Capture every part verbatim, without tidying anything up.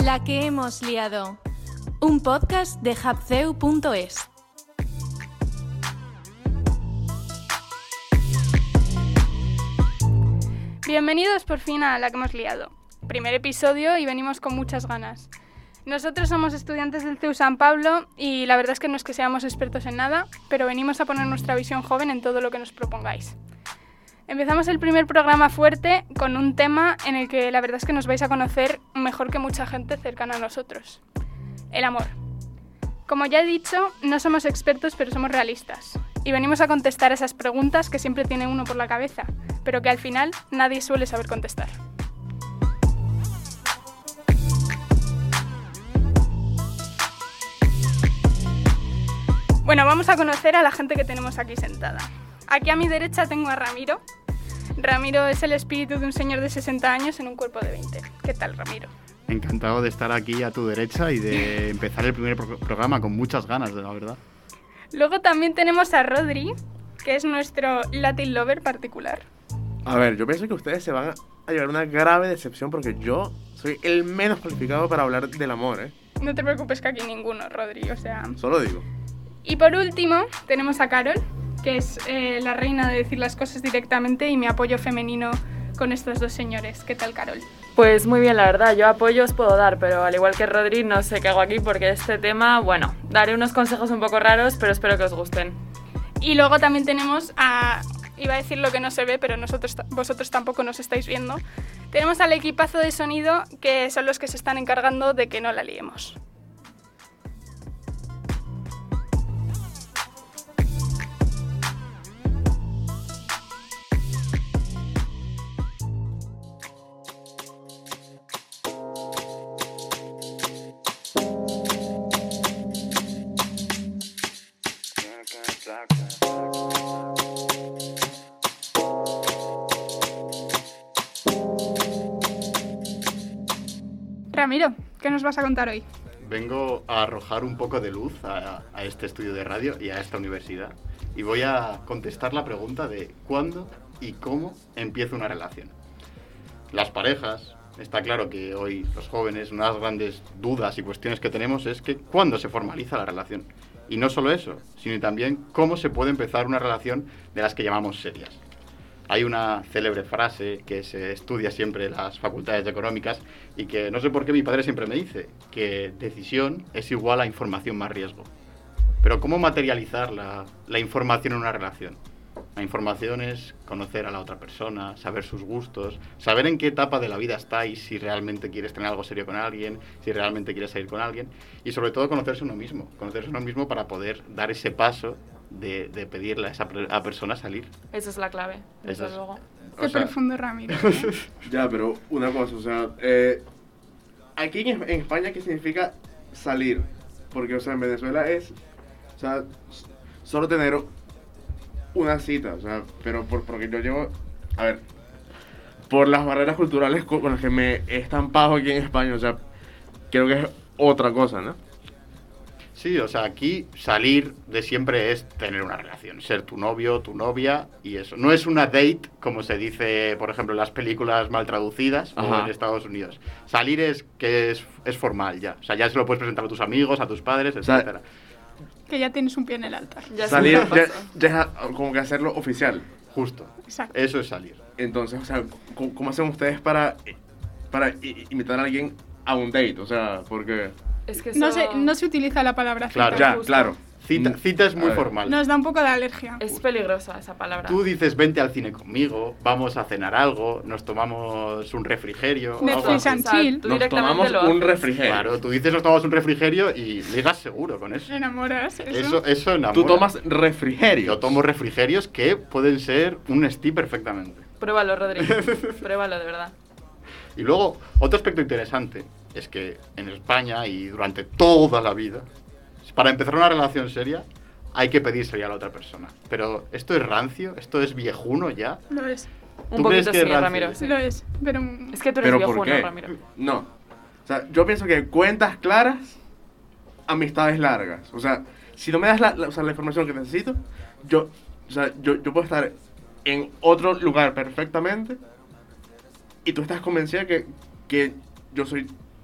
La que hemos liado. Un podcast de hapceu punto es. Bienvenidos por fin a La que hemos liado. Primer episodio y venimos con muchas ganas. Nosotros somos estudiantes del C E U San Pablo y la verdad es que no es que seamos expertos en nada, pero venimos a poner nuestra visión joven en todo lo que nos propongáis. Empezamos el primer programa fuerte con un tema en el que la verdad es que nos vais a conocer mejor que mucha gente cercana a nosotros. El amor. Como ya he dicho, no somos expertos pero somos realistas. Y venimos a contestar esas preguntas que siempre tiene uno por la cabeza, pero que al final nadie suele saber contestar. Bueno, vamos a conocer a la gente que tenemos aquí sentada. Aquí a mi derecha tengo a Ramiro. Ramiro es el espíritu de un señor de sesenta años en un cuerpo de veinte. ¿Qué tal, Ramiro? Encantado de estar aquí a tu derecha y de empezar el primer pro- programa con muchas ganas, de la verdad. Luego también tenemos a Rodri, que es nuestro Latin lover particular. A ver, yo pienso que ustedes se van a llevar una grave decepción porque yo soy el menos cualificado para hablar del amor, ¿eh? No te preocupes que aquí ninguno, Rodri, o sea... Solo digo. Y por último, tenemos a Carol, que es eh, la reina de decir las cosas directamente y mi apoyo femenino con estos dos señores. ¿Qué tal, Carol? Pues muy bien, la verdad, yo apoyo os puedo dar, pero al igual que Rodri no sé qué hago aquí porque este tema, bueno, daré unos consejos un poco raros, pero espero que os gusten. Y luego también tenemos a... Iba a decir lo que no se ve, pero nosotros, vosotros tampoco nos estáis viendo. Tenemos al equipazo de sonido, que son los que se están encargando de que no la liemos. Ramiro, ¿qué nos vas a contar hoy? Vengo a arrojar un poco de luz a, a este estudio de radio y a esta universidad y voy a contestar la pregunta de ¿cuándo y cómo empieza una relación? Las parejas, está claro que hoy los jóvenes, una de las grandes dudas y cuestiones que tenemos es que ¿cuándo se formaliza la relación? Y no solo eso, sino también cómo se puede empezar una relación de las que llamamos serias. Hay una célebre frase que se estudia siempre en las facultades de económicas y que no sé por qué mi padre siempre me dice, que decisión es igual a información más riesgo. Pero ¿cómo materializar la, la información en una relación? La información es conocer a la otra persona, saber sus gustos, saber en qué etapa de la vida está y si realmente quieres tener algo serio con alguien, si realmente quieres salir con alguien y sobre todo conocerse uno mismo, conocerse uno mismo para poder dar ese paso de, de pedirle a esa a persona salir. Esa es la clave, desde es. luego. Qué O sea, profundo, Ramiro, ¿eh? Ya, pero una cosa, o sea, eh, aquí en, en España, ¿qué significa salir? Porque, o sea, en Venezuela es, o sea, s- solo tener una cita, o sea, pero por, porque yo llevo, a ver, por las barreras culturales con, con las que me he estampado aquí en España, o sea, creo que es otra cosa, ¿no? Sí, o sea, aquí salir de siempre es tener una relación, ser tu novio, tu novia y eso. No es una date, como se dice, por ejemplo, en las películas mal traducidas o Ajá. en Estados Unidos. Salir es que es, es formal ya. O sea, ya se lo puedes presentar a tus amigos, a tus padres, sea, etcétera. Que ya tienes un pie en el altar. Ya Salir, se me ya, pasó. ya es a- como que hacerlo oficial. Justo. Exacto. Eso es salir. Entonces, o sea, ¿cómo, cómo hacen ustedes para, para i- invitar a alguien a un date? O sea, porque... Es que eso... No se, no se utiliza la palabra cita. Claro. Ya, justo. claro. Cita, cita es A muy ver. formal. Nos da un poco de alergia. Es peligrosa esa palabra. Tú dices, vente al cine conmigo, vamos a cenar algo, nos tomamos un refrigerio. o algo Netflix así. and O sea, chill. tú Nos directamente tomamos lo un haces. refrigerio. Claro, tú dices, nos tomamos un refrigerio y ligas seguro con eso. Enamoras. Eso. Eso, eso enamora. Tú tomas refrigerio. Yo tomo refrigerios que pueden ser un Steve perfectamente. Pruébalo, Rodri. Pruébalo, de verdad. Y luego, otro aspecto interesante es que en España y durante toda la vida, para empezar una relación seria, hay que pedírselo ya a la otra persona. Pero esto es rancio, esto es viejuno ya. Lo es. Un ¿Tú crees poquito que sí, es rancio? Ramiro. sí. Lo es. Pero... Es que tú eres ¿Pero viejo, por ¿no, qué? Ramiro? No. O sea, yo pienso que cuentas claras, amistades largas. O sea, si no me das la, la- o sea, la información que necesito, yo, o sea, yo, yo puedo estar en otro lugar perfectamente y tú estás convencida que, que yo soy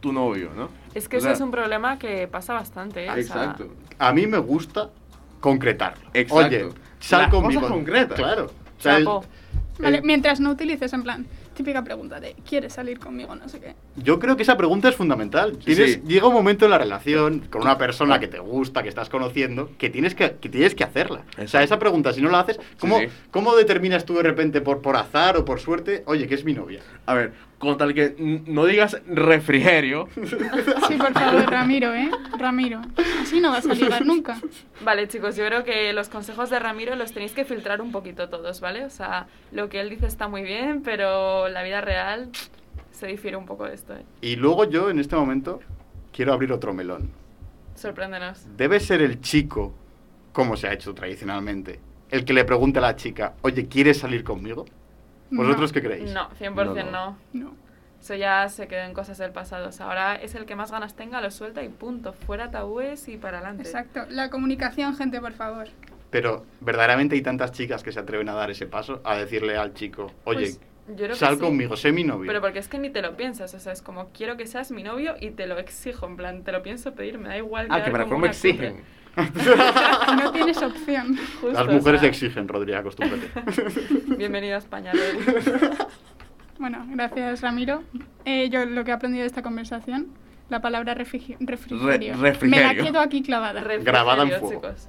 tu novio, ¿no? Es que O eso sea, es un problema que pasa bastante, ¿eh? O sea, Exacto. A mí me gusta concretarlo. Exacto. Oye, sal Las conmigo. cosas concretas. Claro. O sea, el- chapo. Vale, el- mientras no utilices en plan, típica pregunta de ¿quieres salir conmigo? No sé qué. Yo creo que esa pregunta es fundamental. Tienes, Sí. Llega un momento en la relación con una persona que te gusta, que estás conociendo, que tienes que, que, tienes que hacerla. O sea, esa pregunta, si no la haces, ¿cómo, sí. ¿cómo determinas tú de repente por, por azar o por suerte, oye, que es mi novia? A ver, con tal que n- no digas refrigerio, Sí, por favor, Ramiro, ¿eh? Ramiro. Así no vas a ligar nunca. Vale, chicos, yo creo que los consejos de Ramiro los tenéis que filtrar un poquito todos, ¿vale? O sea, lo que él dice está muy bien, pero la vida real se difiere un poco de esto, ¿eh? Y luego yo, en este momento, quiero abrir otro melón. Sorpréndenos. Debe ser el chico, como se ha hecho tradicionalmente, el que le pregunte a la chica, oye, ¿quieres salir conmigo? ¿Vosotros No, qué creéis? No, cien por ciento No, no. No. Eso ya se quedó en cosas del pasado. O sea, ahora es el que más ganas tenga, lo suelta y punto. Fuera tabúes y para adelante. Exacto. La comunicación, gente, por favor. Pero verdaderamente hay tantas chicas que se atreven a dar ese paso, a decirle al chico, oye, Pues, yo creo que sal sí. conmigo, sé mi novio. Pero porque es que ni te lo piensas, o sea, es como quiero que seas mi novio y te lo exijo, en plan, te lo pienso pedir, me da igual ah, quedar que me la como como una exigen. Y no tienes opción. cutre. Justo, Las o mujeres sea, exigen, Rodríguez, acostúmbrate. Bienvenida a España, Rodri. Bueno, gracias, Ramiro. Eh, yo lo que he aprendido de esta conversación, la palabra refrigi- refrigerio. Re- refrigerio. Me la quedo aquí clavada. Grabada en Refrigerio, fuego. chicos.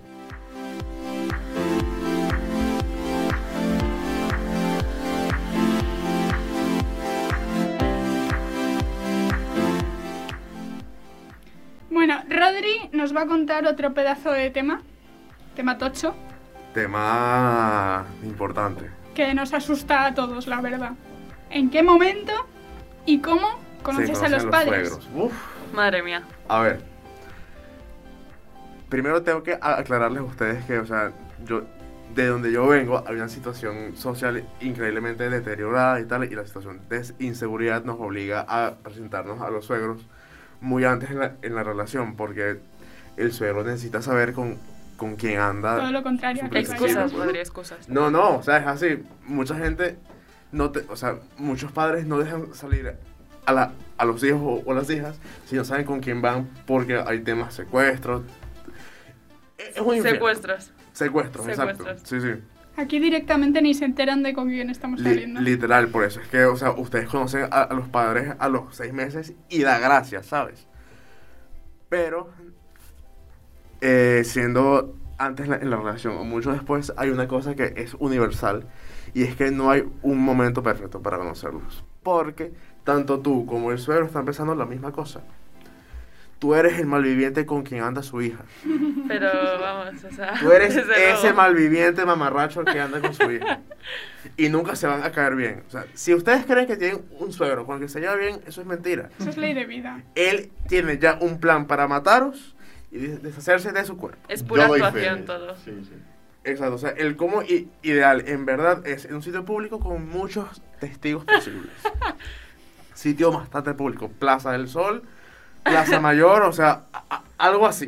Bueno, Rodri nos va a contar otro pedazo de tema, tema tocho, Tema importante. que nos asusta a todos, la verdad. ¿En qué momento y cómo conoces Se a los conocen padres? suegros. Uf. Madre mía. A ver. Primero tengo que a- aclararles a ustedes que, o sea, yo, de donde yo vengo, hay una situación social increíblemente deteriorada y tal, y la situación de inseguridad nos obliga a presentarnos a los suegros muy antes en la, en la relación, porque el suegro necesita saber con, con quién anda. Todo lo contrario. su al contrario. Excusas, pretendiente. Rodri, excusas. No, no, o sea, es así. Mucha gente, no te, o sea, muchos padres no dejan salir a, la, a los hijos o, o las hijas si no saben con quién van porque hay temas secuestros. Es un infierno. Secuestros. Secuestros, Secuestros. exacto. Sí, sí. Aquí directamente ni se enteran de con quién estamos Li- saliendo. literal, por eso es que, o sea, ustedes conocen a, a los padres a los seis meses y da gracias, ¿sabes? Pero, eh, siendo antes la- en la relación o mucho después, hay una cosa que es universal y es que no hay un momento perfecto para conocerlos. Porque tanto tú como el suegro están pensando la misma cosa. Tú eres el malviviente con quien anda su hija. Pero vamos, o sea. Tú eres desde ese luego. malviviente mamarracho que anda con su hija. Y nunca se van a caer bien. O sea, si ustedes creen que tienen un suegro con el que se lleva bien, eso es mentira. Eso es ley de vida. Él tiene ya un plan para mataros y des- deshacerse de su cuerpo. Es pura Yo doy fe. actuación todo. Sí, sí. Exacto. O sea, el cómo i- ideal en verdad es en un sitio público con muchos testigos posibles. Sitio bastante público. Plaza del Sol, Plaza Mayor, o sea, a- a- algo así.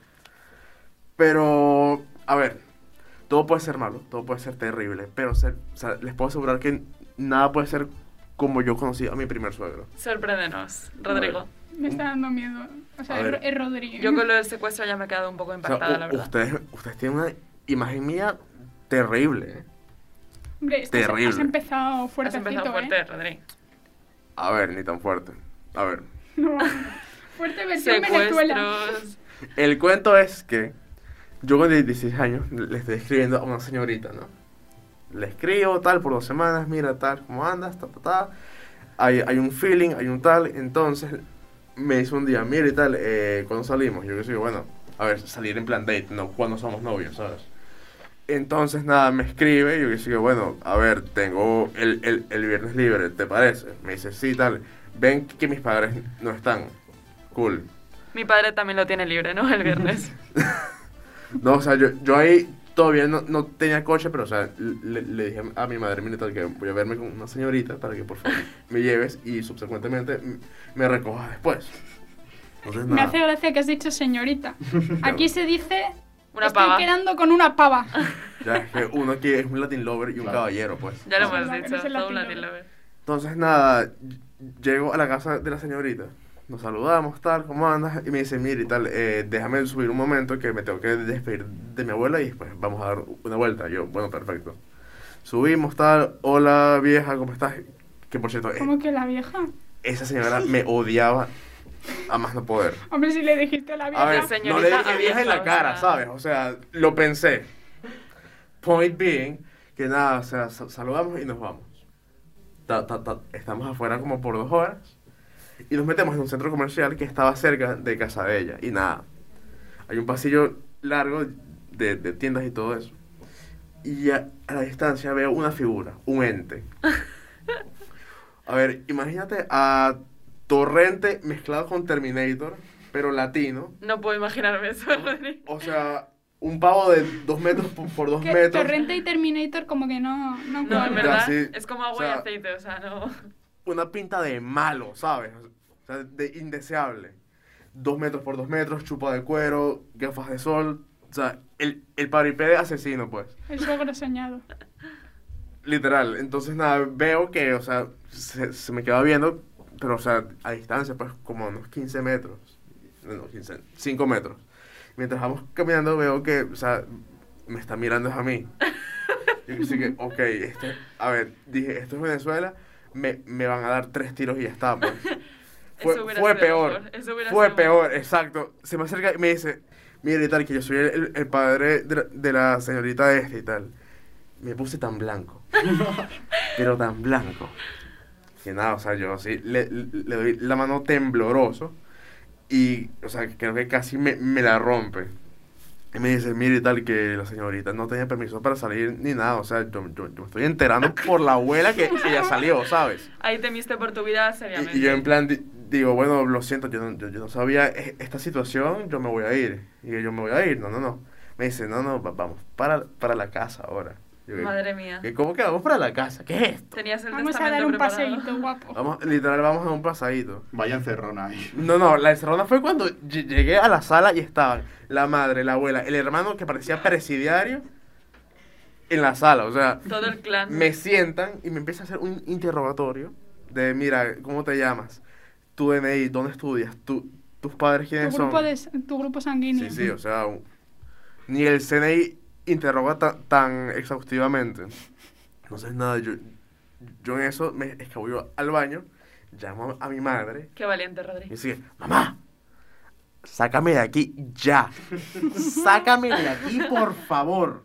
Pero, a ver, todo puede ser malo, todo puede ser terrible, pero ser- o sea, les puedo asegurar que nada puede ser como yo conocí a mi primer suegro. Sorpréndenos, Rodrigo. Me está dando miedo. O sea, A es, ver. Ro- es Rodri. Yo con lo del secuestro ya me he quedado un poco O sea, impactada, u- la verdad. ustedes, ustedes tienen una imagen mía terrible, ¿eh? Hombre, estás- terrible. has empezado Has fuertecito, empezado fuerte, ¿eh? Rodri. A ver, ni tan fuerte. A ver. No. Fuerte versión Venezuela. Secuestros. El cuento es que yo con dieciséis años le estoy escribiendo a una señorita, ¿no? Le escribo tal por dos semanas, mira tal, ¿cómo andas? Ta, ta, ta. Hay, hay un feeling, hay un tal, entonces me dice un día, mira y tal, eh, ¿cuándo salimos? Yo que digo, bueno, a ver, salir en plan date, no cuando somos novios, ¿sabes? Entonces nada, me escribe, yo que digo, bueno, a ver, tengo el, el, el viernes libre, ¿te parece? Me dice, sí, tal, ven que mis padres no están, cool. Mi padre también lo tiene libre, ¿no? El viernes. No, o sea, yo, yo ahí todavía no, no tenía coche, pero, o sea, le, le dije a mi madre, mira, tal, que voy a verme con una señorita para que, por favor, me lleves y subsecuentemente m- me recojas después. Entonces, Me nada. hace gracia que has dicho señorita. Aquí se dice... Una estoy pava. quedando con una pava. Ya es que uno aquí es un Latin lover y un Claro. caballero, pues. Ya lo Eso hemos es dicho, el todo un latino. Latin lover. Entonces, nada, ll- llego a la casa de la señorita nos saludamos, tal, ¿cómo andas? Y me dice, mire, y tal, eh, déjame subir un momento que me tengo que despedir de mi abuela y después vamos a dar una vuelta. Yo, bueno, perfecto. Subimos, tal, hola vieja, ¿cómo estás? Que por cierto, ¿Cómo eh, que la vieja? esa señora me odiaba a más no poder. Hombre, si le dijiste a la vieja. A ver, Señorita no le dije a vieja en la vieja, o cara, sea. ¿sabes? O sea, lo pensé. Point being, que nada, o sea, sa- saludamos y nos vamos. Ta- ta- ta- estamos afuera como por dos horas y nos metemos en un centro comercial que estaba cerca de casa de ella. Y nada, hay un pasillo largo de, de tiendas y todo eso. Y a, a la distancia veo una figura, un ente. A ver, imagínate a Torrente mezclado con Terminator, pero latino. No puedo imaginarme eso, Rodri. O sea, un pavo de dos metros por, por dos Que metros. Torrente y Terminator como que no... No, No, en cuadran. verdad, sí. es como agua O sea, y aceite, o sea, no... Una pinta de malo, ¿sabes? O sea, de indeseable. Dos metros por dos metros, chupa de cuero, gafas de sol. O sea, el, el paripé asesino, pues. El suegro soñado. Literal. Entonces, nada, veo que, o sea, se, se me queda viendo, pero, o sea, a distancia, pues, como a unos quince metros. No, quince, cinco metros. Mientras vamos caminando, veo que, o sea, me está mirando a mí. Y yo así que, ok, este, a ver, dije, esto es Venezuela, me, me van a dar tres tiros y ya está, pues. Fue, Eso hubiera fue sido peor, mejor, eso hubiera fue sido peor, exacto. Se me acerca y me dice, mire y tal, que yo soy el, el padre de la, de la señorita esta y tal. Me puse tan blanco, pero tan blanco, que nada, o sea, yo así le, le, le doy la mano tembloroso y, o sea, creo que casi me, me la rompe. Y me dice, mire y tal, que la señorita no tenía permiso para salir ni nada, o sea, yo, yo, yo me estoy enterando por la abuela que, que ella salió, ¿sabes? Ahí temiste por tu vida Y, seriamente. y yo en plan, di- digo, bueno, lo siento, yo no, yo, yo no sabía e- esta situación, yo me voy a ir. Y yo me voy a ir, no, no, no. Me dice, no, no, va- vamos para, para la casa ahora. Yo, Madre mía. ¿qué- ¿Cómo que vamos para la casa? ¿Qué es esto? Tenías el Vamos a testamento dar un preparado. paseíto, guapo. Vamos, literal, vamos a un pasadito. Vaya encerrona ahí. No, no, la encerrona fue cuando ll- llegué a la sala y estaban la madre, la abuela, el hermano que parecía presidiario en la sala. O sea, Todo el clan. me sientan y me empieza a hacer un interrogatorio de, mira, ¿cómo te llamas? Tu D N I, ¿dónde estudias? ¿Tu, ¿Tus padres Tu quiénes son? grupo, de, tu grupo sanguíneo. Sí, sí, o sea, un- ni el C N I interroga ta- tan exhaustivamente. Entonces, nada, yo, yo en eso me escabullo al baño, llamo a mi madre Qué valiente, y Rodri. dice, mamá, sácame de aquí ya. Sácame de aquí, por favor.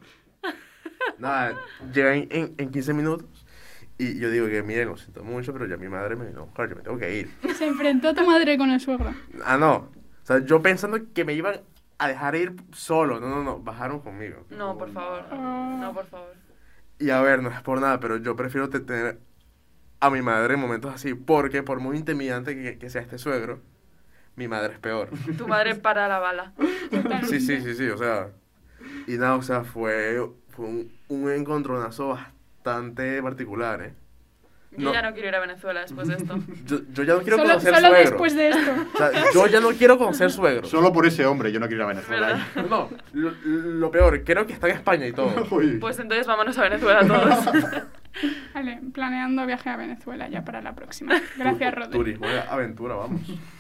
Nada, llega en, en, en quince minutos y yo digo que, miren, lo siento mucho, pero ya mi madre me vino a buscar, yo me tengo que ir. Se enfrentó a tu madre con el suegro. Ah, no. O sea, yo pensando que me iban a dejar ir solo. No, no, no, bajaron conmigo. No, por favor. Ah. No, por favor. Y a ver, no es por nada, pero yo prefiero te- tener a mi madre en momentos así, porque por muy intimidante que, que sea este suegro, mi madre es peor. Tu madre para la bala. Sí, sí, sí, sí, o sea. Y nada, o sea, fue, fue un, un encontronazo bastante particular, ¿eh? Yo No. ya no quiero ir a Venezuela después de esto. Yo, yo ya no quiero Solo, conocer solo suegros. después de esto. O sea, yo ya no quiero conocer suegros. Solo por ese hombre yo no quiero ir a Venezuela. ¿Verdad? No, lo, lo peor, creo que está en España y todo. Uy. Pues entonces vámonos a Venezuela todos. Vale, planeando viaje a Venezuela ya para la próxima. Gracias, Rodri. Turismo de aventura, vamos.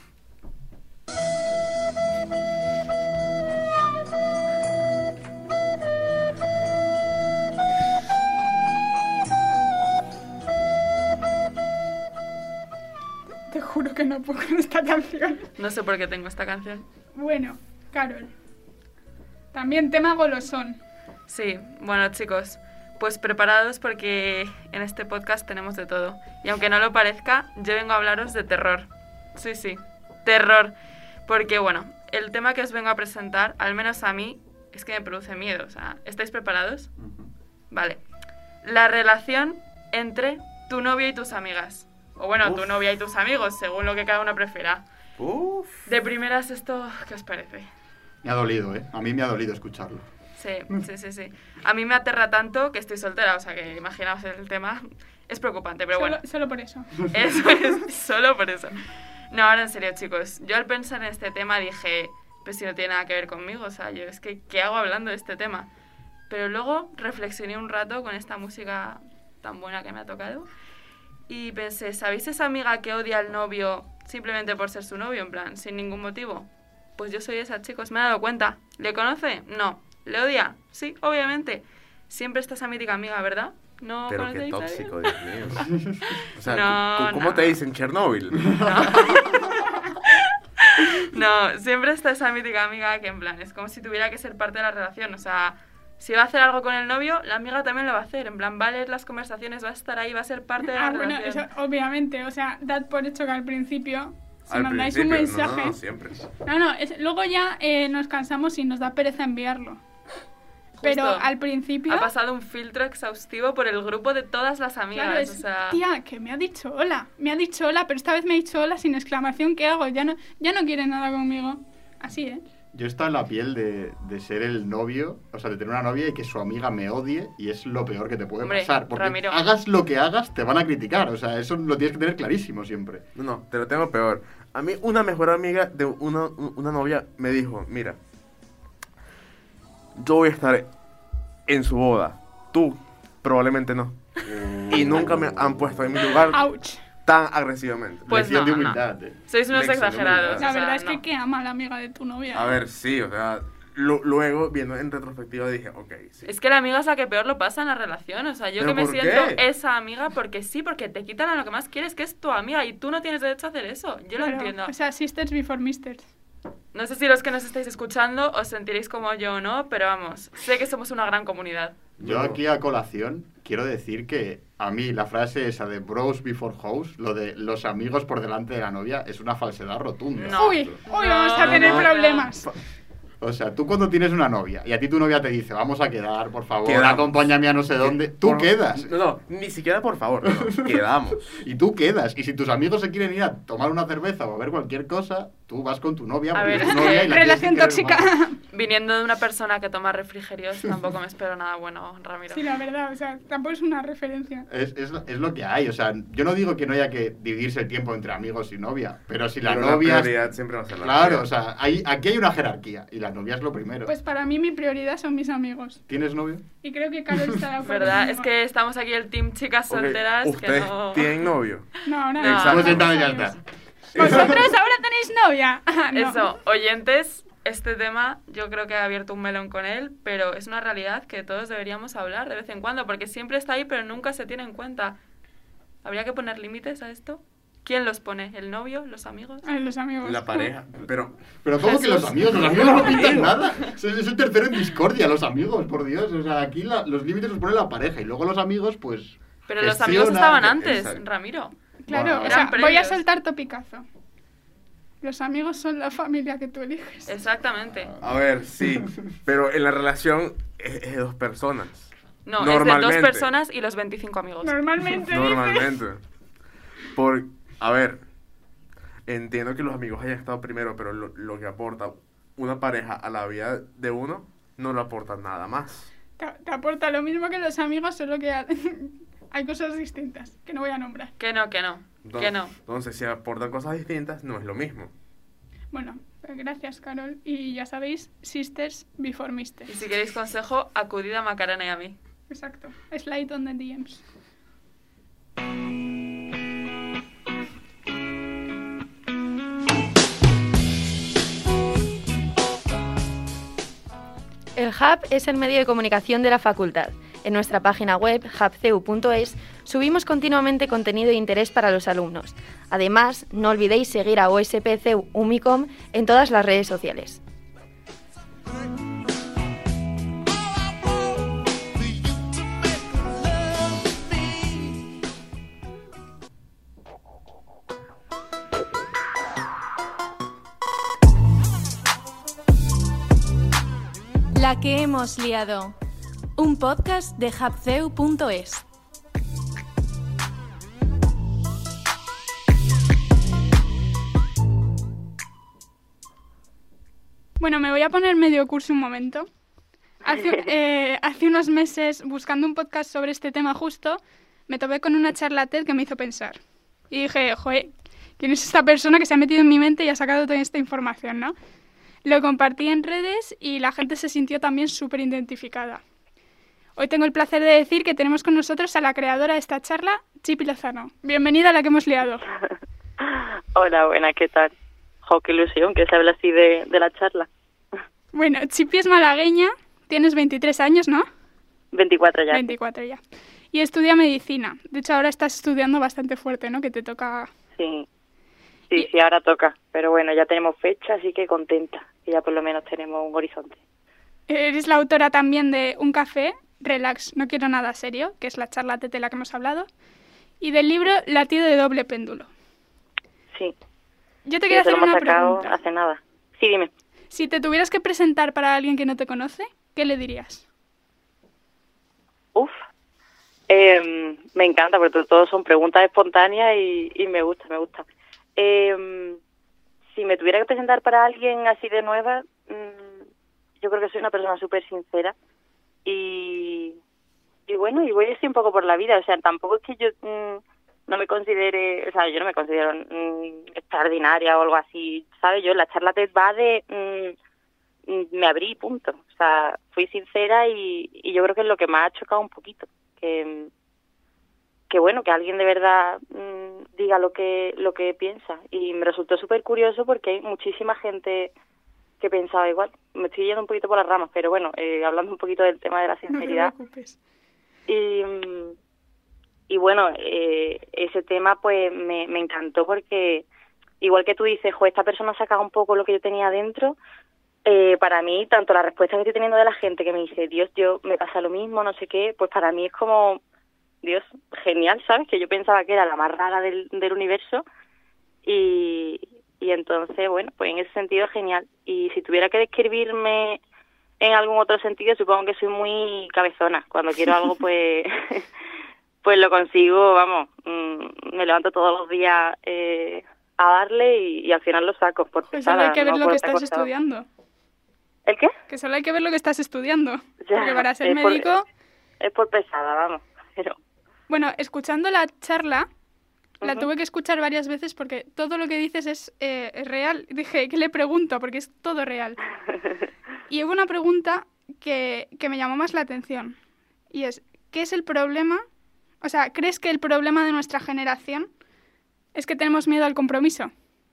Te juro que no puedo con esta canción. No sé por qué tengo esta canción. Bueno, Carol. También tema golosón. Sí, bueno chicos, pues preparados porque en este podcast tenemos de todo. Y aunque no lo parezca, yo vengo a hablaros de terror. Sí, sí, terror. Porque bueno, el tema que os vengo a presentar, al menos a mí, es que me produce miedo. O sea, ¿estáis preparados? Ujú. Vale. La relación entre tu novio y tus amigas. O bueno, Uf. tu novia y tus amigos, según lo que cada uno prefiera. Uf. De primeras, esto, ¿qué os parece? Me ha dolido, ¿eh? A mí me ha dolido escucharlo. Sí, sí, sí, sí. A mí me aterra tanto que estoy soltera, o sea que imaginaos el tema. Es preocupante, pero solo, bueno. solo por eso. Eso es, solo por eso. No, ahora en serio, chicos. Yo al pensar en este tema dije, pues si no tiene nada que ver conmigo, o sea, yo es que, ¿qué hago hablando de este tema? Pero luego reflexioné un rato con esta música tan buena que me ha tocado y pensé, ¿sabéis esa amiga que odia al novio simplemente por ser su novio, en plan, sin ningún motivo? Pues yo soy esa, chicos, me he dado cuenta. ¿Le conoce? No. ¿Le odia? Sí, obviamente. Siempre está esa mítica amiga, ¿verdad? No. Pero qué tóxico, Dios mío. O sea, No, ¿cómo no. te dicen Chernobyl? No, siempre está esa mítica amiga que en plan, es como si tuviera que ser parte de la relación, o sea, si va a hacer algo con el novio, la amiga también lo va a hacer, en plan, va a leer las conversaciones, va a estar ahí, va a ser parte de la Ah, bueno, relación. eso obviamente, o sea, dad por hecho que al principio, si Al mandáis principio, un mensaje... No, no, siempre. No, no, es- luego ya eh, nos cansamos y nos da pereza enviarlo. Pero Justo. al principio... Ha pasado un filtro exhaustivo por el grupo de todas las amigas, Claro, es, o sea... tía, que me ha dicho hola, me ha dicho hola, pero esta vez me ha dicho hola sin exclamación, ¿qué hago? Ya no, ya no quiere nada conmigo. Así, ¿eh? Yo he estado en la piel de, de ser el novio, o sea, de tener una novia y que su amiga me odie, y es lo peor que te puede Hombre, pasar. Porque Ramiro. hagas lo que hagas, te van a criticar. O sea, eso lo tienes que tener clarísimo siempre. No, no, te lo tengo peor. A mí una mejor amiga de una, una novia me dijo, mira, yo voy a estar en su boda, tú probablemente no. Y nunca me han puesto en mi lugar Ouch. tan agresivamente. Pues Lección no, de no. humildad, eh. Sois unos Lección de exagerados. humildad. La o sea, verdad es que no. que ama a la amiga de tu novia. A ¿eh? ver, sí, o sea, lo- luego, viendo en retrospectiva, dije, ok, sí. Es que la amiga es la que peor lo pasa en la relación. O sea, yo ¿Pero que me por siento qué? esa amiga porque sí, porque te quitan a lo que más quieres, que es tu amiga, y tú no tienes derecho a hacer eso. Yo lo Claro, entiendo. O sea, sisters before misters. No sé si los que nos estáis escuchando os sentiréis como yo o no, pero vamos, sé que somos una gran comunidad. Yo aquí a colación quiero decir que a mí la frase esa de bros before hoes, lo de los amigos por delante de la novia, es una falsedad rotunda. No. Uy, uy, No, vamos a tener no, no. problemas. O sea, tú cuando tienes una novia y a ti tu novia te dice, vamos a quedar, por favor, Quedamos. acompáñame a no sé dónde, tú Por- quedas. No, no, ni siquiera por favor, no, no, quedamos. Y tú quedas. Y si tus amigos se quieren ir a tomar una cerveza o a ver cualquier cosa, tú vas con tu novia. A porque ver, es tu es novia que- y la Relación tienes que querer tóxica. más. Viniendo de una persona que toma refrigerios, tampoco me espero nada bueno, Ramiro. Sí, la verdad, o sea, tampoco es una referencia. Es, es, lo- es lo que hay. O sea, yo no digo que no haya que dividirse el tiempo entre amigos y novia, pero si la Pero novia... la prioridad siempre va a ser la Claro, prioridad. o sea, hay, aquí hay una jerarquía y la novia es lo primero. Pues para mí mi prioridad son mis amigos. ¿Tienes novio? Y creo que Carol está de acuerdo ¿Verdad? conmigo. Es que estamos aquí el team chicas Ok, solteras que ¿ustedes no... tienen novio? No, ahora No. no. Pues entonces ya está. ¿Vosotros ahora tenéis novia? Ah, no. Eso, oyentes, este tema yo creo que he abierto un melón con él, pero es una realidad que todos deberíamos hablar de vez en cuando, porque siempre está ahí, pero nunca se tiene en cuenta. ¿Habría que poner límites a esto? ¿Quién los pone? ¿El novio? ¿Los amigos? A los amigos. La pareja, pero... Pero ¿cómo que Jesús. los amigos? Los amigos no pintan nada. Es, es el tercero en discordia, los amigos, por Dios. O sea, aquí la- los límites los pone la pareja y luego los amigos, pues... Pero los amigos gestionan. estaban antes, Exacto. Ramiro. Claro, Bueno, o eran sea, voy a previos. soltar topicazo. Los amigos son la familia que tú eliges. Exactamente. A ver, sí, pero en la relación es, es de dos personas. No, es de dos Normalmente. personas y los veinticinco amigos. Normalmente. dice. Normalmente. Por, a ver, entiendo que los amigos hayan estado primero, pero lo, lo que aporta una pareja a la vida de uno no lo aporta nada más. Te, te aporta lo mismo que los amigos, solo que ha- hay cosas distintas, que no voy a nombrar. Que no, que no, que no. Entonces, si aportan cosas distintas, no es lo mismo. Bueno, pues gracias, Carol. Y ya sabéis, sisters before Y misters. si queréis consejo, acudid a Macarena y a mí. Exacto. Slide on the D Ms. El Hub es el medio de comunicación de la facultad. En nuestra página web, hub c u punto es, subimos continuamente contenido de interés para los alumnos. Además, no olvidéis seguir a O S P C U Umicom en todas las redes sociales. La que hemos liado. Un podcast de hubceu punto es. Bueno, me voy a poner medio curso un momento. Hace, eh, hace unos meses, buscando un podcast sobre este tema justo, me topé con una charla TED que me hizo pensar. Y dije, joder, ¿quién es esta persona que se ha metido en mi mente y ha sacado toda esta información, no? Lo compartí en redes y la gente se sintió también súper identificada. Hoy tengo el placer de decir que tenemos con nosotros a la creadora de esta charla, Chipi Lozano. Bienvenida a La que hemos liado. Hola, buena, ¿qué tal? Jo, qué ilusión que se habla así de, de la charla. Bueno, Chipi es malagueña, tienes veintitrés años, ¿no? veinticuatro ya. veinticuatro ya. Y estudia medicina. De hecho, ahora estás estudiando bastante fuerte, ¿no? Que te toca... Sí, sí, Y- sí, ahora toca. Pero bueno, ya tenemos fecha, así que contenta. Que ya por lo menos tenemos un horizonte. Eres la autora también de Un café, Relax, no quiero nada serio, que es la charla T E D de la que hemos hablado, y del libro Latido de doble péndulo. Sí, Yo te sí, quería eso hacer lo hemos una sacado pregunta. hace nada. Sí, dime. Si te tuvieras que presentar para alguien que no te conoce, ¿qué le dirías? Uf. Eh, me encanta, porque todo son preguntas espontáneas y, y me gusta, me gusta. Eh, si me tuviera que presentar para alguien así de nueva, mmm, yo creo que soy una persona súper sincera y, y bueno, y voy así un poco por la vida. O sea, tampoco es que yo mmm, no me considere, o sea, yo no me considero mmm, extraordinaria o algo así, ¿sabes? Yo, la charla TED va de... Mmm, me abrí, punto. O sea, fui sincera y, y yo creo que es lo que me ha chocado un poquito. Que, que bueno, que alguien de verdad mmm, diga lo que lo que piensa. Y me resultó súper curioso porque hay muchísima gente que pensaba igual. Me estoy yendo un poquito por las ramas, pero bueno, eh, hablando un poquito del tema de la No te sinceridad. preocupes. Y, mm, y bueno, eh, ese tema pues me, me encantó porque igual que tú dices, jo, esta persona sacaba un poco lo que yo tenía dentro. Eh, para mí, tanto la respuesta que estoy teniendo de la gente que me dice, Dios, yo me pasa lo mismo, no sé qué, pues para mí es como, Dios, genial, ¿sabes? Que yo pensaba que era la más rara del, del universo y, y entonces, bueno, pues en ese sentido genial. Y si tuviera que describirme en algún otro sentido, supongo que soy muy cabezona. Cuando quiero algo, pues pues lo consigo, vamos, mmm, me levanto todos los días eh, a darle y, y al final lo saco por Pues solo hay pesada, que ver no lo por que otra estás cosa. estudiando. ¿El qué? Que solo hay que ver lo que estás estudiando. Ya, Porque para ser es por- médico... Es por pesada, vamos, pero... Bueno, escuchando la charla, la Ujú. tuve que escuchar varias veces porque todo lo que dices es, eh, es real. Dije, ¿qué le pregunto? Porque es todo real. Y hubo una pregunta que, que me llamó más la atención. Y es, ¿qué es el problema? O sea, ¿crees que el problema de nuestra generación es que tenemos miedo al compromiso?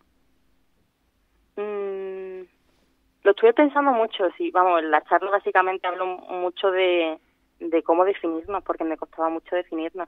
Mm, lo estuve pensando mucho, sí, vamos, en la charla básicamente hablo mucho de, de cómo definirnos, porque me costaba mucho definirnos.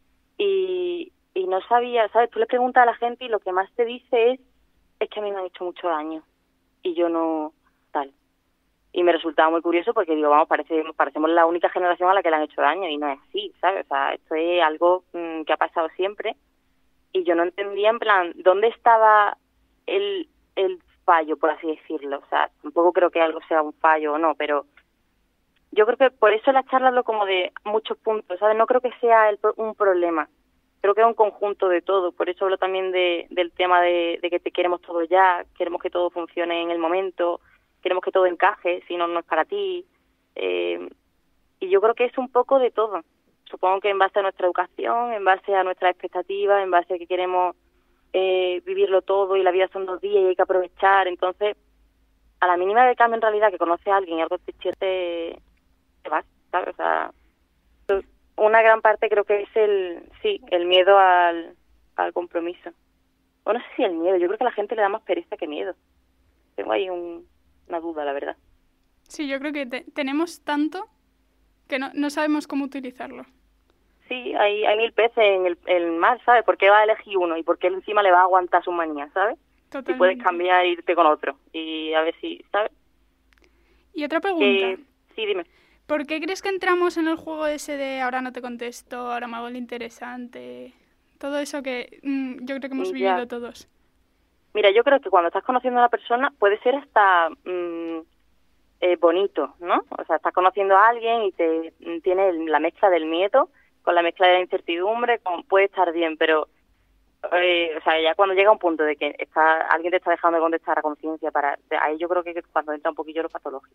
Y, y no sabía, ¿sabes? Tú le preguntas a la gente y lo que más te dice es, es que a mí me han hecho mucho daño y yo no tal. Y me resultaba muy curioso porque digo, vamos, parece, parecemos la única generación a la que le han hecho daño y no es así, ¿sabes? O sea, esto es algo mmm, que ha pasado siempre y yo no entendía en plan, ¿dónde estaba el, el fallo, por así decirlo? O sea, tampoco creo que algo sea un fallo o no, pero yo creo que por eso la charla hablo como de muchos puntos, ¿sabes? No creo que sea el, un problema, creo que es un conjunto de todo, por eso hablo también de, del tema de, de que te queremos todo ya, queremos que todo funcione en el momento, queremos que todo encaje, si no, no es para ti. Eh, y yo creo que es un poco de todo. Supongo que en base a nuestra educación, en base a nuestras expectativas, en base a que queremos eh, vivirlo todo y la vida son dos días y hay que aprovechar. Entonces, a la mínima de cambio en realidad que conoce a alguien y algo te te, te vas, ¿sabes? O sea, una gran parte creo que es el, sí, el miedo al, al compromiso. O no sé si el miedo, yo creo que a la gente le da más pereza que miedo. Tengo ahí un... una duda, la verdad. Sí, yo creo que te- tenemos tanto que no, no sabemos cómo utilizarlo. Sí, hay, hay mil peces en el, el mar, ¿sabes? ¿Por qué va a elegir uno? ¿Y por qué él encima le va a aguantar su manía, ¿sabes? Totalmente. Y puedes cambiar e irte con otro. Y a ver si, ¿sabes? Y otra pregunta. Eh, sí, dime. ¿Por qué crees que entramos en el juego ese de ahora no te contesto, ahora me hago el interesante? Todo eso que mm, yo creo que hemos Ya. vivido todos. Mira, yo creo que cuando estás conociendo a una persona puede ser hasta mmm, eh, bonito, ¿no? O sea, estás conociendo a alguien y te tiene el- la mezcla del miedo con la mezcla de la incertidumbre, con, puede estar bien, pero eh, o sea, ya cuando llega un punto de que está alguien te está dejando de contestar a conciencia, para de ahí yo creo que es cuando entra un poquillo lo patológico.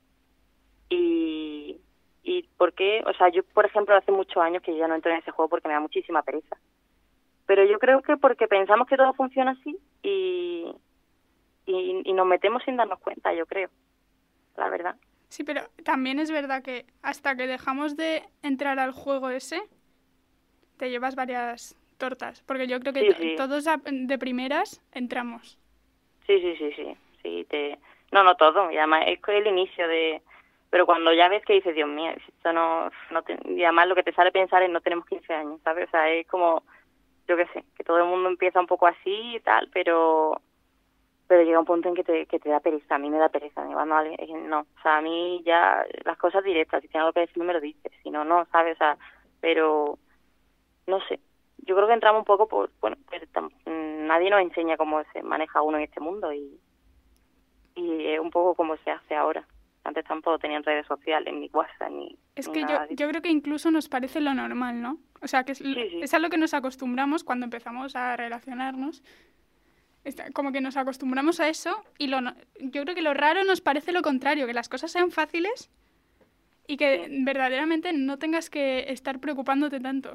Y y por qué, o sea, yo por ejemplo hace muchos años que ya no entro en ese juego porque me da muchísima pereza. Pero yo creo que porque pensamos que todo funciona así y, y, y nos metemos sin darnos cuenta, yo creo, la verdad. Sí, pero también es verdad que hasta que dejamos de entrar al juego ese, te llevas varias tortas. Porque yo creo que Sí, to- sí. todos a- de primeras entramos. Sí, sí, sí, sí. sí te... No, no todo. Y además es el inicio de... Pero cuando ya ves que dices, Dios mío, esto no... no te... Y además lo que te sale pensar es no tenemos quince años, ¿sabes? O sea, es como... Yo qué sé, que todo el mundo empieza un poco así y tal, pero... Pero llega un punto en que te, que te da pereza. A mí me da pereza. Me va, no, no, o sea, a mí ya las cosas directas. Si tienes algo que decirme, me lo dices. Si no, no, ¿sabes? O sea, pero... No sé. Yo creo que entramos un poco por... Bueno, pues, tam- nadie nos enseña cómo se maneja uno en este mundo y... Y es un poco como se hace ahora. Antes tampoco tenían redes sociales, ni WhatsApp, ni... Es ni que yo, nada de- yo creo que incluso nos parece lo normal, ¿no? O sea, que es, Sí, sí. es a lo que nos acostumbramos cuando empezamos a relacionarnos. Está- como que nos acostumbramos a eso y lo, no- yo creo que lo raro nos parece lo contrario, que las cosas sean fáciles y que verdaderamente no tengas que estar preocupándote tanto.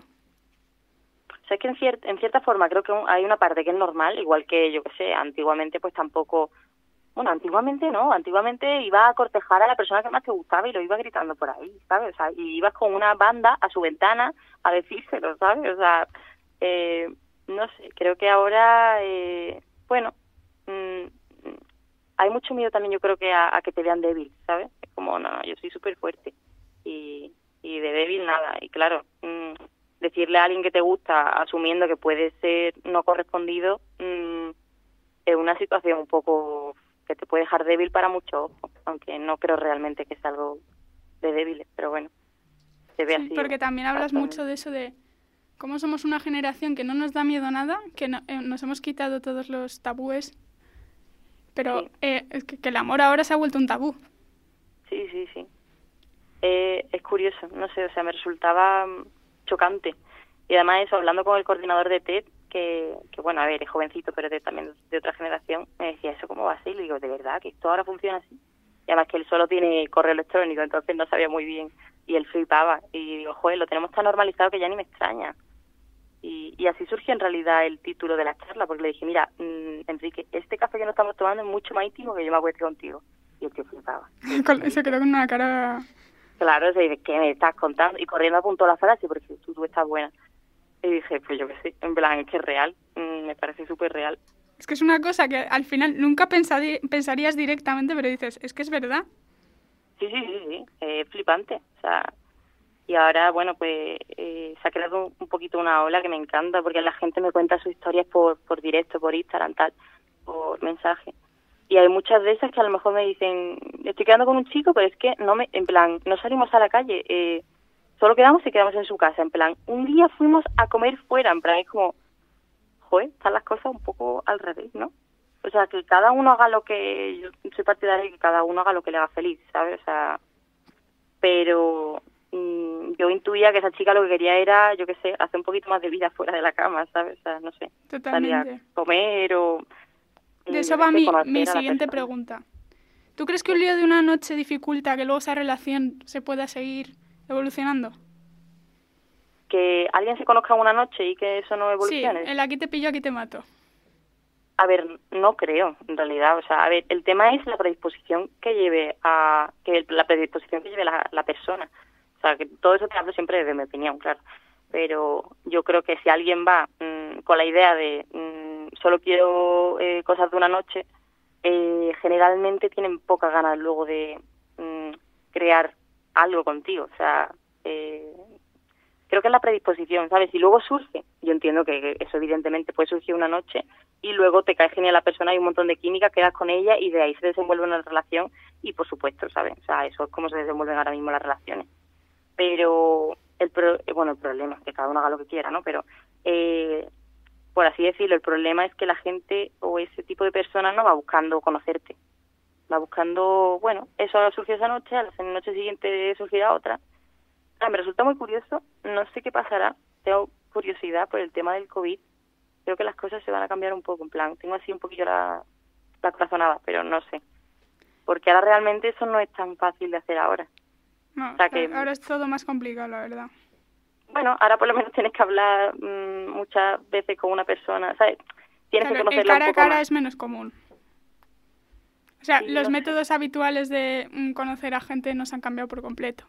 O sea, es que en, cier- en cierta forma creo que un- hay una parte que es normal, igual que, yo qué sé, antiguamente pues tampoco... Bueno, antiguamente no, antiguamente iba a cortejar a la persona que más te gustaba y lo iba gritando por ahí, ¿sabes? O sea, y ibas con una banda a su ventana a decírselo, ¿sabes? O sea, eh, no sé, creo que ahora, eh, bueno, mm, hay mucho miedo también yo creo que a, a que te vean débil, ¿sabes? Es como, no, no, yo soy súper fuerte y, y de débil nada. Y claro, mm, decirle a alguien que te gusta asumiendo que puede ser no correspondido mm, es una situación un poco que te puede dejar débil para muchos ojos, aunque no creo realmente que es algo de débiles, pero bueno, se ve Sí, así. porque también hablas Exactamente. mucho de eso de cómo somos una generación que no nos da miedo nada, que no- eh, nos hemos quitado todos los tabúes, pero Sí. eh, es que, que el amor ahora se ha vuelto un tabú. Sí, sí, sí. Eh, es curioso, no sé, o sea, me resultaba mm, chocante. Y además eso, hablando con el coordinador de T E D, que, que bueno, a ver, es jovencito, pero de, también de otra generación, me decía, ¿eso cómo va a ser? Y le digo, ¿de verdad que esto ahora funciona así? Y además que él solo tiene correo electrónico, entonces no sabía muy bien. Y él flipaba. Y digo, joder, lo tenemos tan normalizado que ya ni me extraña. Y, y así surgió en realidad el título de la charla, porque le dije, mira, mm, Enrique, este café que nos estamos tomando es mucho más íntimo que yo me acueste contigo. Y el tío flipaba. Con- se quedó con una cara... Claro, se dice, ¿qué me estás contando? Y corriendo apuntó la frase, porque tú, tú estás buena. Y dije, pues yo qué sé, en plan, es que es real, mm, me parece súper real. Es que es una cosa que al final nunca pensadi- pensarías directamente, pero dices, es que es verdad. Sí, sí, sí, sí, es flipante. O sea, y ahora, bueno, pues eh, se ha creado un, un poquito una ola que me encanta, porque la gente me cuenta sus historias por, por directo, por Instagram, tal, por mensaje. Y hay muchas de esas que a lo mejor me dicen, estoy quedando con un chico, pero es que no me, en plan, no salimos a la calle, eh, solo quedamos y quedamos en su casa, en plan, un día fuimos a comer fuera, en plan, es como, joder, están las cosas un poco al revés, ¿no? O sea, que cada uno haga lo que, yo soy partidaria de que cada uno haga lo que le haga feliz, ¿sabes? O sea, pero mm, yo intuía que esa chica lo que quería era, yo qué sé, hacer un poquito más de vida fuera de la cama, ¿sabes? O sea, no sé, salir a Totalmente. comer o... De eh, eso yo va qué sé, mi, conocer mi a la siguiente persona. pregunta. ¿Tú crees que un lío de una noche dificulta que luego esa relación se pueda seguir evolucionando? Que alguien se conozca una noche y que eso no Sí, evolucione. el aquí te pillo, aquí te mato. A ver, no creo, en realidad. O sea, a ver, el tema es la predisposición que lleve a... que la predisposición que lleve la, la persona. O sea, que todo eso te hablo siempre desde mi opinión, claro. Pero yo creo que si alguien va mmm, con la idea de mmm, solo quiero eh, cosas de una noche, eh, generalmente tienen pocas ganas luego de mmm, crear algo contigo. O sea, eh, creo que es la predisposición, ¿sabes? Y luego surge, yo entiendo que eso evidentemente puede surgir una noche y luego te cae genial la persona, hay un montón de química, quedas con ella y de ahí se desenvuelve una relación y por supuesto, ¿sabes? O sea, eso es como se desenvuelven ahora mismo las relaciones. Pero, el pro, bueno, el problema es que cada uno haga lo que quiera, ¿no? Pero, eh, por así decirlo, el problema es que la gente o ese tipo de personas no va buscando conocerte. Va buscando, bueno, eso ha surgido esa noche, a la noche siguiente surgirá otra. Ah, me resulta muy curioso, no sé qué pasará, tengo curiosidad por el tema del COVID, creo que las cosas se van a cambiar un poco, en plan, tengo así un poquillo la, la corazonada, pero no sé, porque ahora realmente eso no es tan fácil de hacer ahora. No, O sea que- ahora es todo más complicado, la verdad. Bueno, ahora por lo menos tienes que hablar mmm, muchas veces con una persona, ¿sabes? Tienes Claro, que el conocerla cara un a poco cara más. es menos común. O sea, Sí, los no sé. métodos habituales de mm, conocer a gente nos han cambiado por completo.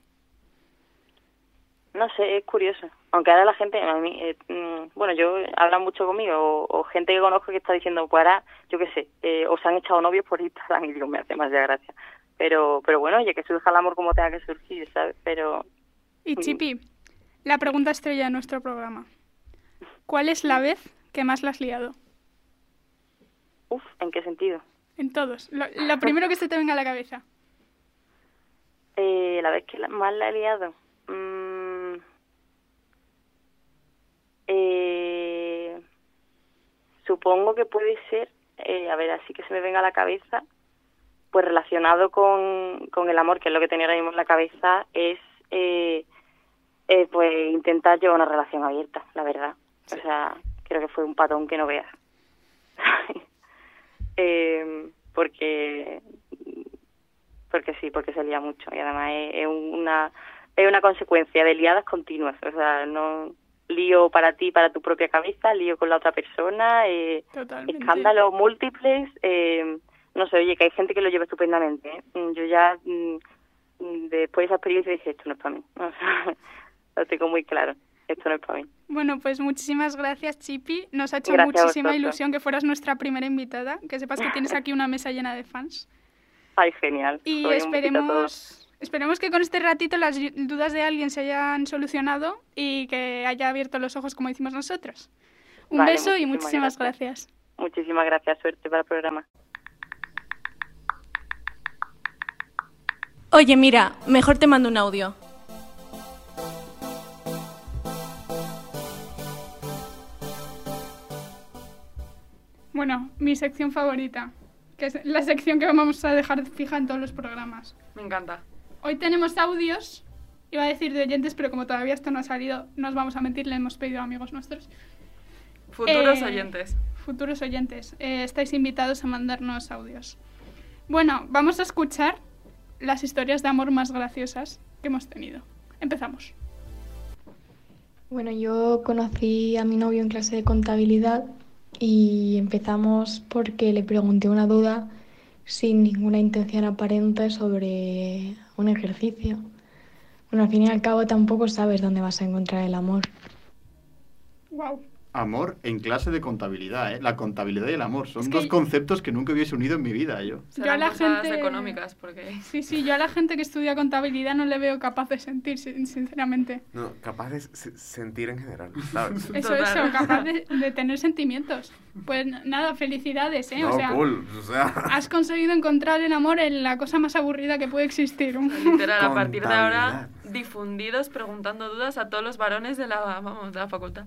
No sé, es curioso. Aunque ahora la gente, a mí, eh, mm, bueno, yo hablan mucho conmigo, o, o gente que conozco que está diciendo, pues ahora, yo qué sé, eh, o se han echado novios por Instagram y digo, me hace más de gracia. Pero, pero bueno, oye, que surja el amor como tenga que surgir, ¿sabes? Pero, Y Chipi, la pregunta estrella de nuestro programa. ¿Cuál es la vez que más la has liado? uff, ¿en qué sentido? En todos. Lo, lo primero que se te venga a la cabeza. Eh, la vez que la- más la he liado. Mm, eh, supongo que puede ser, eh, a ver, así que se me venga a la cabeza, pues relacionado con, con el amor, que es lo que tenía ahora mismo en la cabeza, es eh, eh, pues intentar llevar una relación abierta, la verdad. O sea, creo que fue un patón que no veas. eh, porque porque sí, porque se lía mucho y además es, es una es una consecuencia de liadas continuas, o sea, no lío para ti, para tu propia cabeza, lío con la otra persona, eh, Totalmente. escándalos múltiples, eh, no sé, oye, que hay gente que lo lleva estupendamente, ¿eh? Mm, yo ya mm, mm, después de esa experiencia dije, esto no es para mí, o sea, lo tengo muy claro, esto no es para mí. Bueno, pues muchísimas gracias, Chipi. Nos ha hecho Gracias a muchísima vosotros. ilusión que fueras nuestra primera invitada. Que sepas que tienes aquí una mesa llena de fans. Ay, genial. Y Oye, un besito a todos. esperemos, esperemos que con este ratito las dudas de alguien se hayan solucionado y que haya abierto los ojos como hicimos nosotros. Un Vale, beso y muchísimas muchísimas gracias. gracias. Muchísimas gracias, suerte para el programa. Oye, mira, mejor te mando un audio. Bueno, mi sección favorita, que es la sección que vamos a dejar fija en todos los programas. Me encanta. Hoy tenemos audios, iba a decir de oyentes, pero como todavía esto no ha salido, no os vamos a mentir, le hemos pedido a amigos nuestros. Futuros Eh, oyentes. Futuros oyentes, eh, estáis invitados a mandarnos audios. Bueno, vamos a escuchar las historias de amor más graciosas que hemos tenido. Empezamos. Bueno, yo conocí a mi novio en clase de contabilidad y empezamos porque le pregunté una duda sin ninguna intención aparente sobre un ejercicio. Bueno, al fin y al cabo tampoco sabes dónde vas a encontrar el amor. Wow. Amor en clase de contabilidad, ¿eh? La contabilidad y el amor son Es que- dos conceptos que nunca hubiese unido en mi vida, yo. Serán a la cosas gente- económicas, porque... Sí, sí, yo a la gente que estudia contabilidad no le veo capaz de sentir, sin- sinceramente. No, capaz de se- sentir en general, ¿sabes? Eso, Total. eso, capaz de, de tener sentimientos. Pues nada, felicidades, ¿eh? No, o sea, cool, o sea... has conseguido encontrar el amor en la cosa más aburrida que puede existir. Literal, a partir de ahora, Contabilidad. difundidos preguntando dudas a todos los varones de la, vamos, de la facultad.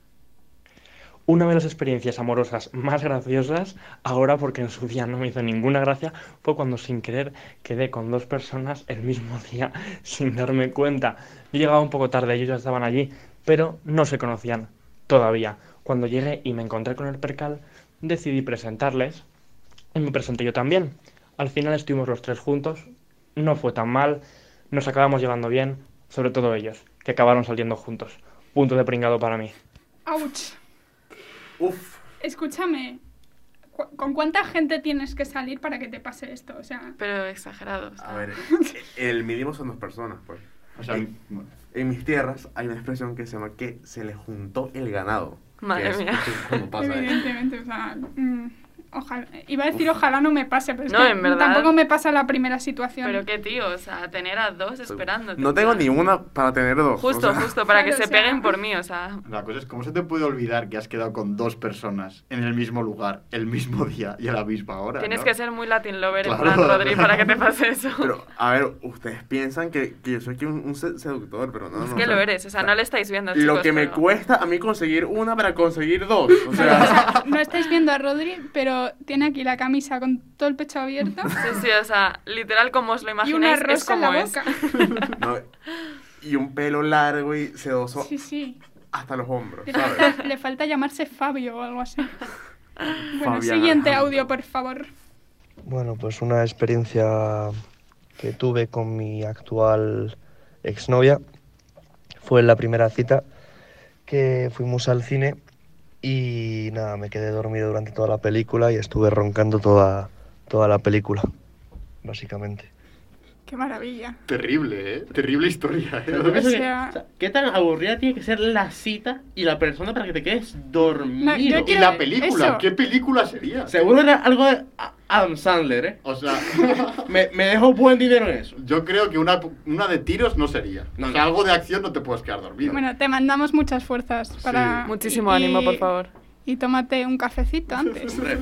Una de las experiencias amorosas más graciosas, ahora porque en su día no me hizo ninguna gracia, fue cuando sin querer quedé con dos personas el mismo día sin darme cuenta. Yo llegaba un poco tarde, ellos ya estaban allí, pero no se conocían todavía. Cuando llegué y me encontré con el percal, decidí presentarles y me presenté yo también. Al final estuvimos los tres juntos, no fue tan mal, nos acabamos llevando bien, sobre todo ellos, que acabaron saliendo juntos. Punto de pringado para mí. ¡Auch! Uf, Escúchame, ¿cu- ¿con cuánta gente tienes que salir para que te pase esto? O sea, Pero exagerados. a ver, el mínimo son dos personas, pues. O sea, en, bueno, en mis tierras hay una expresión que se llama que se le juntó el ganado. Madre que es mía. cuando pasa eso. evidentemente, o sea, mm, ojalá, iba a decir ojalá no me pase, pero es No, que en verdad. tampoco me pasa la primera situación. Pero qué tío, o sea, tener a dos esperándote. No tengo o sea, ni una para tener dos. Justo, o sea, justo, para que Claro, se o sea- peguen por mí, o sea... la cosa es, ¿cómo se te puede olvidar que has quedado con dos personas en el mismo lugar, el mismo día y a la misma hora? Tienes ¿no? que ser muy Latin lover en Claro. plan, Rodri, para que te pase eso. Pero, a ver, ustedes piensan que, que yo soy aquí un, un se- seductor, pero no, no. es o que sea, lo eres, o sea, no le estáis viendo, chicos. Lo que me pero- cuesta a mí conseguir una para conseguir dos. O O sea, sea, no estáis viendo a Rodri, pero tiene aquí la camisa con todo el pecho abierto Sí, sí, o sea, literal como os lo y una imagináis, es rosa en como la es. boca. no, y un pelo largo y sedoso Sí, sí. hasta los hombros, Le ¿sabes? falta, le falta llamarse Fabio o algo así. Bueno, Fabián siguiente Alejandro. audio, por favor. Bueno, pues una experiencia que tuve con mi actual exnovia fue en la primera cita que fuimos al cine y nada, me quedé dormido durante toda la película y estuve roncando toda, toda la película, básicamente. Qué maravilla. Terrible, ¿eh? Terrible historia, ¿eh? Pero yo pienso O que, sea- o sea, ¿qué tan aburrida tiene que ser la cita y la persona para que te quedes dormido? No, yo Y quiero- la película, eso. ¿qué película sería? Seguro era algo de A- Adam Sandler, ¿eh? O sea, Me, me dejo buen dinero en eso. yo creo que una, una de tiros no sería. No, o sea, no. algo de acción no te puedes quedar dormido. Bueno, te mandamos muchas fuerzas para... Muchísimo y- ánimo, por favor. Y tómate un cafecito antes. Hombre.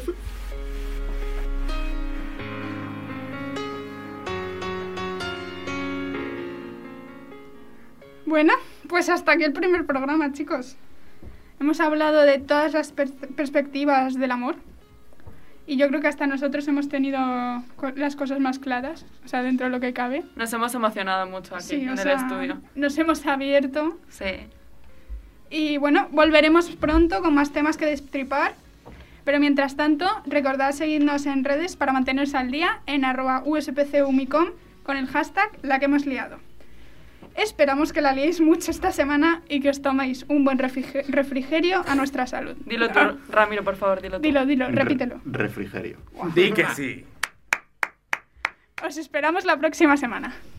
Bueno, pues hasta aquí el primer programa, chicos. Hemos hablado de todas las pers- perspectivas del amor. Y yo creo que hasta nosotros hemos tenido co- las cosas más claras, o sea, dentro de lo que cabe. Nos hemos emocionado mucho aquí Sí, en o el sea, estudio. nos hemos abierto. Sí. Y bueno, volveremos pronto con más temas que destripar. Pero mientras tanto, recordad seguirnos en redes para manteneros al día en arroba uspcumicom con el hashtag la que hemos liado. Esperamos que la liéis mucho esta semana y que os toméis un buen refrige- refrigerio a nuestra salud. Dilo tú, Ah, Ramiro, por favor, dilo tú. Dilo, dilo, Re- repítelo. refrigerio. Di que sí. Os esperamos la próxima semana.